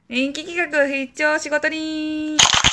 人気企画必聴仕事に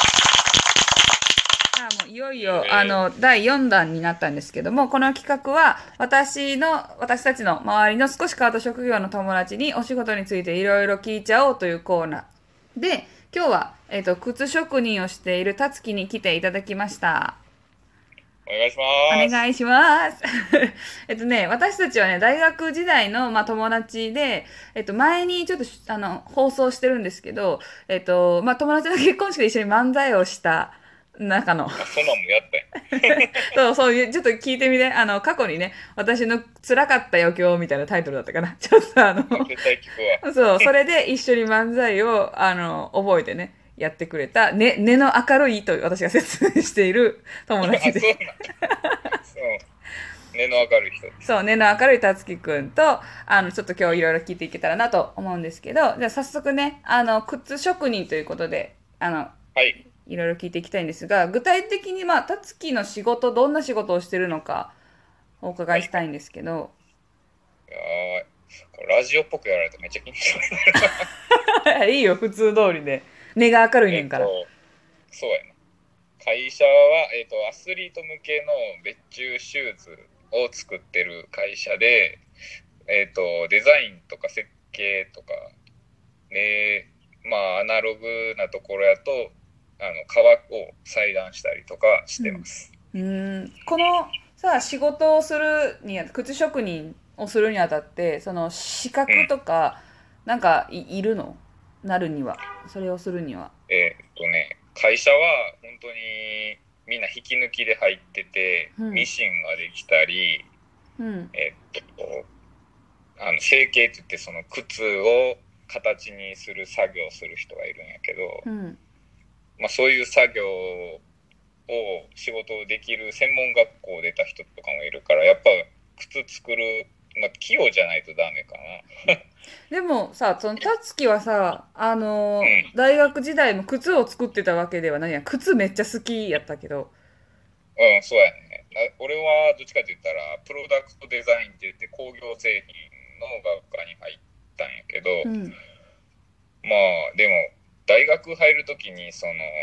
もういよいよ第4弾になったんですけども、この企画は私たちの周りの少し変わった職業の友達にお仕事についていろいろ聞いちゃおうというコーナーで、今日は、靴職人をしているたつきに来ていただきました。 お願いしおます。 願いします。私たちはね、大学時代の、友達で、前にちょっと放送してるんですけど、友達の結婚式で一緒に漫才をした中の、 あ、そんなんもやったんや。 そういう、ちょっと聞いてみて、過去にね、私の辛かった余興みたいなタイトルだったかな。ちょっと絶対聞くわ。 そう、それで一緒に漫才を、覚えてね、やってくれた、根の明るいと私が説明している友達あ、 です。 そうなん。そう。根の明るい人です。 そう、根の明るいたつきくんと、ちょっと今日いろいろ聞いていけたらなと思うんですけど、じゃあ早速ね、靴職人ということで、 はい。 いろいろ聞いていきたいんですが、具体的にたつきの仕事、どんな仕事をしてるのか、お伺はい。はい。 いしたいんですけど。 いやこれラジオっぽくやられるとめっちゃ緊張するな。 いいよ、普通通りで。根が明るいねんから。 そうやな。会社は、アスリート向けの別注シューズを作ってる会社で、デザインとか設計とか、で、アナログなところやと、革を裁断したりとかしてまうん。 す。 このさ、仕事をするにあ、靴職人をするにあたって、その資格うん。 とか、なんかいるの？なるには。それをするには。 会社は本当にみんな引き抜きで入ってて、 うん。 ミシンができたり、 うん。 えっ成形って言ってその靴を形にする作業をする人がいるんやけど、 うん。 そういう作業を仕事をできる専門学校を出た人とかもいるから、やっぱ靴作る、器用じゃないとダメかな。 でもさ、そのたつきはさ、 うん。 大学時代も靴を作ってたわけではないやん。靴めっちゃ好きやったけど。 うん、そうやね。俺はどっちかって言ったら、プロダクトデザインって言って工業製品の学科に入ったんやけど、 うん。 でも、大学入るときに、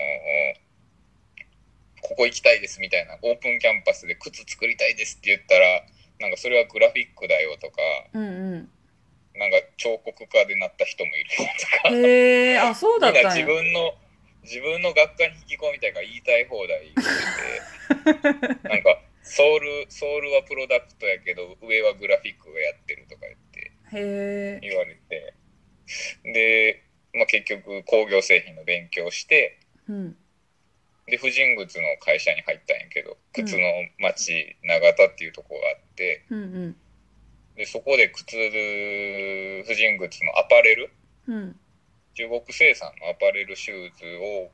ここ行きたいですみたいな、オープンキャンパスで靴作りたいですって言ったら、なんかそれはグラフィックだよとか、 うんうん。 なんか彫刻家でなった人もいるよとか、 へえ、あ、そうだみんなったんや。 自分の学科に引き込みたいから言いたい放題言ってて、なんかソールはプロダクトやけど上はグラフィックがやってるとかへえ。 言われて、で、結局工業製品の勉強して、 うん。 で婦人靴の会社に入ったんやけど、靴のうん。 町長田っていうとこがあって、 うんうん。 でそこで婦人靴のアパレル、 うん。 中国生産のアパレルシューズを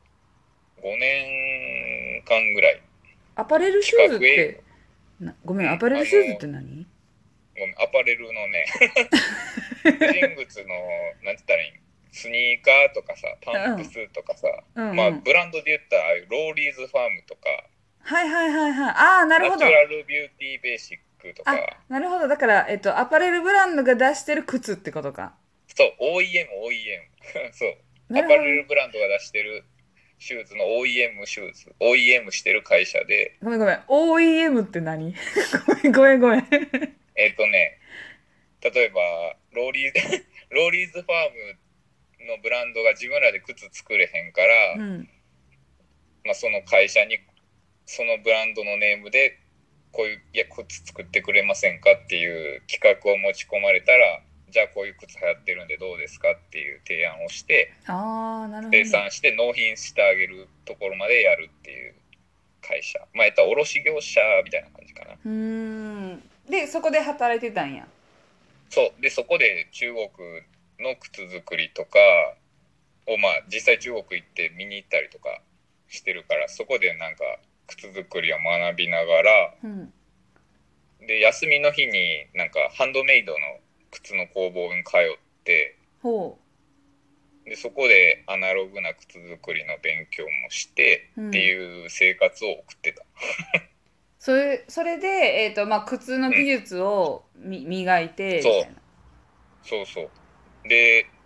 5年間ぐらいアパレルシューズ資格営業、 って、ごめん、アパレルシューズって何？ アパレルのね、婦人靴の、なんて言ったらいいん、スニーカーとかさ、パンプうん。 スとかさ、 うんうん。 ブランドで言ったら、ああいうローリーズファームとか、 はいはいはいはい。ああ、なるほど。 ナチュラルビューティーベーシックとか、 あ、なるほど。だから、アパレルブランドが出してる靴ってことか。 そう、OEM、そう、アパなるほどね。 レルブランドが出してるシューズの OEM シューズ、OEM してる会社で、 ごめんごめん。OEM って何？ごめんごめんごめん。 えっ、とね、例えば、ローリーズファームのブランドが自分らで靴作れへんから、 うん。 その会社にそのブランドのネームでこういう靴作ってくれませんかっていう企画を持ち込まれたら、じゃあこういう靴流行ってるんでどうですかっていう提案をしてああ、なるほど。 生産して納品してあげるところまでやるっていう会社、言ったら卸業者みたいな感じかな。 うーん。で、そこで働いてたんや。 そうで、そこで中国の靴作りとかを実際中国行って見に行ったりとかしてるから、そこでなんか靴作りを学びながら、 うん。 で休みの日になんかハンドメイドの靴の工房に通って、 ほでそこでアナログな靴作りの勉強もしてう。うってん。 いう生活を送ってた。 それで、靴のうん、 技術を磨いて、 そうみたいな。 そうそう。で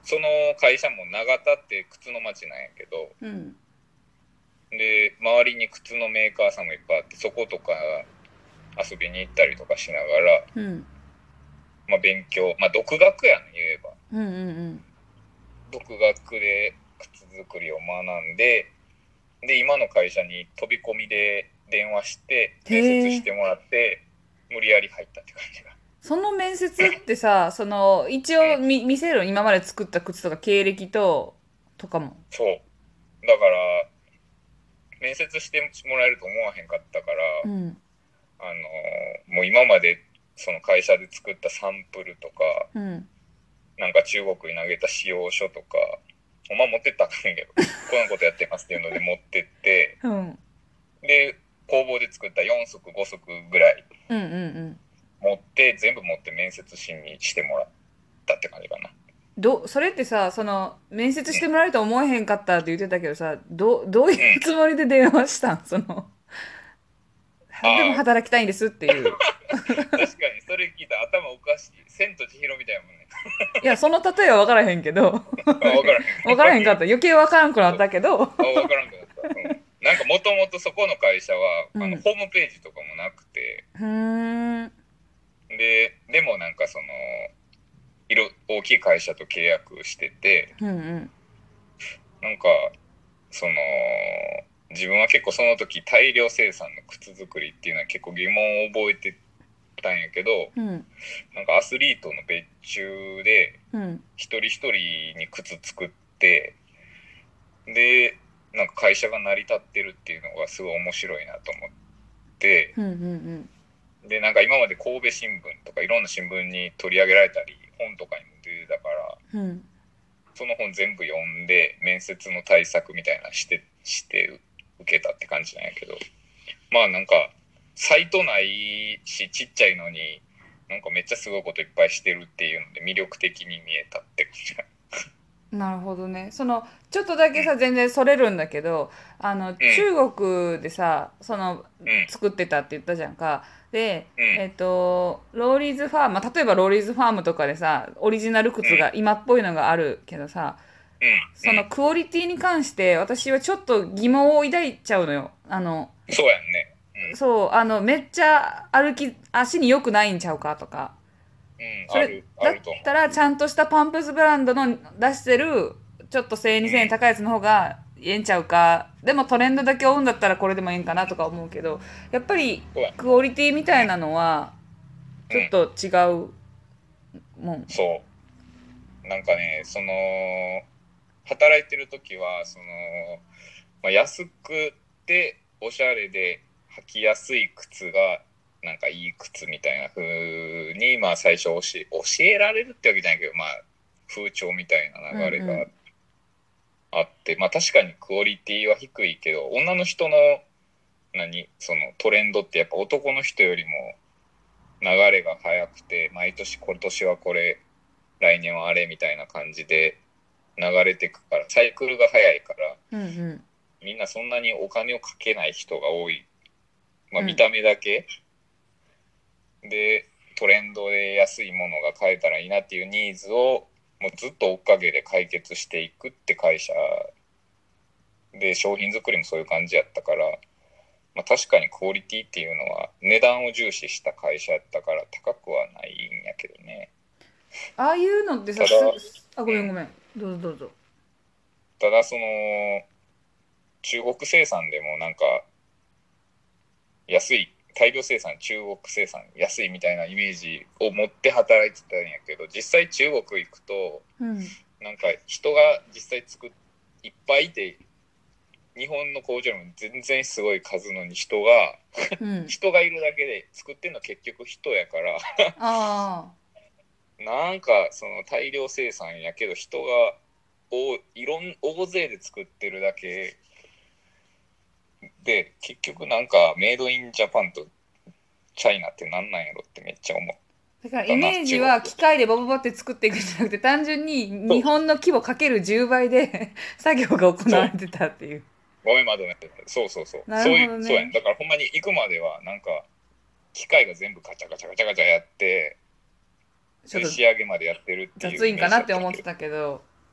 その会社も長田って靴の町なんやけど、 うん。 で周りに靴のメーカーさんもいっぱいあって、そことか遊びに行ったりとかしながら、 うん。 まあ、勉強、まあ、独学やね言えば。 うんうん独学で靴作りを学んで、で今の会社に飛び込みで電話して面接してもらって、無理やり入ったって感じが。 その面接ってさ、その、一応見せる今まで作った靴とか経歴とかも。 そう。だから、面接してもらえると思わへんかったから、 うん。 もう今までその会社で作ったサンプルとか、 うん。 なんか中国に投げた使用書とか、お前持ってったらあかんけど、こんなことやってますっていうので持ってって、 うん。 で、工房で作った4足5足ぐらいうんうんうん。 全部持って面接しにしてもらったって感じかな。 それってさ、その、面接うん。 してもらえると思えへんかったって言ってたけどさ、どういううん。 つもりで電話したんその、でもああ、 働きたいんですっていう。 確かにそれ聞いたら頭おかしい。千と千尋みたいなもんね。 いや、その例えは分からへんけど、 あ、わからへん。 分からへんかった。余計分からんくなそう。 ったけど、 あ、わからんくなった。うん。なんかもともとそこの会社は、 うん。 ホームページとかもなくて、 ふーん。 でもなんかその、大きい会社と契約してて、 うんうん。 なんか、その、自分は結構その時大量生産の靴作りっていうのは結構疑問を覚えてたんやけど、 うん。 なんかアスリートの別注でうん。 一人一人に靴作って、で、なんか会社が成り立ってるっていうのがすごい面白いなと思って、 うん。うん。 で、なんか今まで神戸新聞とかいろんな新聞に取り上げられたり、本とかにも出てたから、 うん。 その本全部読んで、面接の対策みたいなして受けたって感じなんやけど、まあなんか、サイトないし、ちっちゃいのに、なんかめっちゃすごいこといっぱいしてるっていうので魅力的に見えたって感じが。 なるほどね。その、ちょっとだけさ、全然それるんだけど、 うん、 中国でさ、その、 うん、 作ってたって言ったじゃんか。で、 うん、うん、 ローリーズファーム、まあ、例えばローリーズファームとかでさ、オリジナル靴が今っぽいのがあるけどさ、 うん、 そのクオリティに関して私はちょっと疑問を抱いちゃうのよ。 そうやんね。 そう、めっちゃ足に良くないんちゃうかとか。 うん、うん、 それあだっると思う。 たらちゃんとしたパンプスブランドの出してるちょっと1000円2000円高いやつの方がええんちゃうか。でもトレンドだけ追うんだったらこれでもええんかなとか思うけど、やっぱりそうやん。 クオリティみたいなのはうん、うん、 ちょっと違うもん。 そう。なんかね、働いてる時は、まあ、安くておしゃれで履きやすい靴がなんかいい靴みたいな風に、まあ最初教えられるってわけじゃないけど、まあ風潮みたいなうん流れがうん。 あって、まあ確かにクオリティは低いけど、女の人のそのトレンドってやっぱ男の人よりも流れが速くて、毎年今年はこれ、来年はあれみたいな感じで流れていくから、サイクルが速いから、 うんうん。 みんなそんなにお金をかけない人が多い。まあうん。 見た目だけでトレンドで安いものが買えたらいいなっていうニーズをもうずっと追っかけで解決していくって会社で、商品作りもそういう感じやったから、まあ、確かにクオリティっていうのは値段を重視した会社やったから高くはないんやけどね。 ああいうのってさ、 ただ、 あ、ごめんごめん。どうぞどうぞ。 ただ中国生産でもなんか安い、大量生産、中国生産安いみたいなイメージを持って働いてたんやけど、実際中国行くとうん。 なんか人が実際いっぱいいて、日本の工場にも全然すごい数のにうん。 人がいるだけで作ってんの結局人やから、 ああ。 なんかその大量生産やけど人が大勢で作ってるだけで、結局なんかメイドインジャパンとチャイナってなんなんやろってめっちゃ思っだからイたな、 メージ中国で。 は機械でバババって作っていくんじゃなくて、単純に日そう、 本の規模かける10倍で作業が行そう、 われてたっていう。 ごめん、まだね。そうそうそう。 なるほどそうやん。 ね。 だからほんまに行くまでは、なんか、機械が全部ガチャガチャやって、 ちょっとで仕上げまでやってるっていうイメー雑いんかなジだったけど。 って思ってたけど。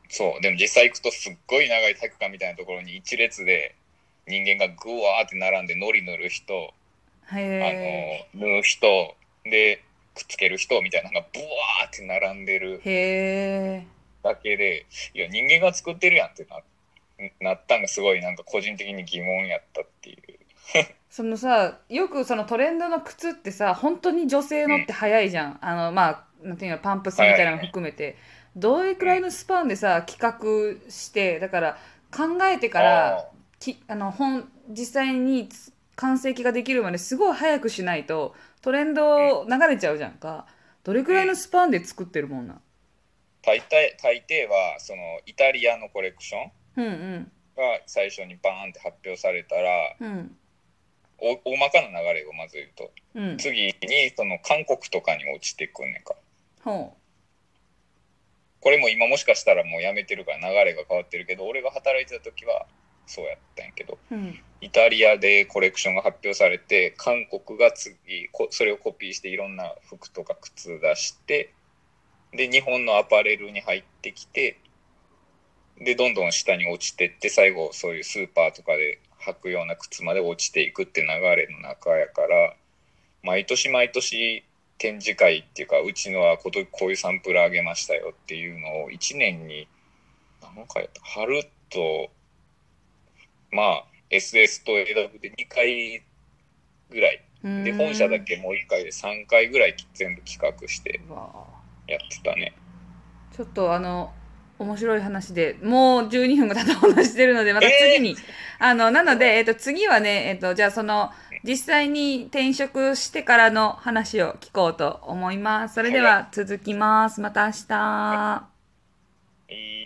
そう、でも実際行くとすっごい長い体育館みたいなところに一列で人間がぐわーって並んでのり塗る人、 へ縫う人、で、くっつける人みたいなのがブワーって並んでるえ。へえ。 だけで、いや、人間が作ってるやんってなったんがすごいなんか個人的に疑問やったっていう。 そのさ、よくそのトレンドの靴ってさ、本当に女性うん。 のって早いじゃん。まあ、なんていうの、パンプスみたいなのもはいはいはい。 含めて。どれくらいうん。 のスパンでさ、企画して、だから考えてかあら、 あ。 実際に完成形ができるまですごい早くしないと、トレンうん。 ド流れちゃうじゃんか。どれくらいのうん。 スパンで作ってるもんなん？ 大抵は、その、イタリアのコレクションうんうん。 が最初にバーンって発表されたら、 うん。 大まかな流れをまず言うと、 うん。 次にその韓国とかに落ちてくんねんか。 ほこれも今もしかしたらもうやめてるから流れが変わってるけど、俺が働いてた時はそうやったんやけど、 う。うん。 イタリアでコレクションが発表されて、韓国が次それをコピーしていろんな服とか靴出して、で日本のアパレルに入ってきて、でどんどん下に落ちてって、最後そういうスーパーとかで履くような靴まで落ちていくって流れの中やから、毎年毎年展示会っていうか、うちのはこういうサンプルあげましたよっていうのを1年に何回やった、春と、まあ SS と AW で2回ぐらいうーで、本社だん。 けもう1回で3回ぐらい全部企画してうわあ。 やってたね。 ちょっと面白い話で、もう12分が経った話してるので、また次に、なので、次はね、じゃあ実際に転職してからの話を聞こうと思います。それで早っ。 は続きます。また明日。 いい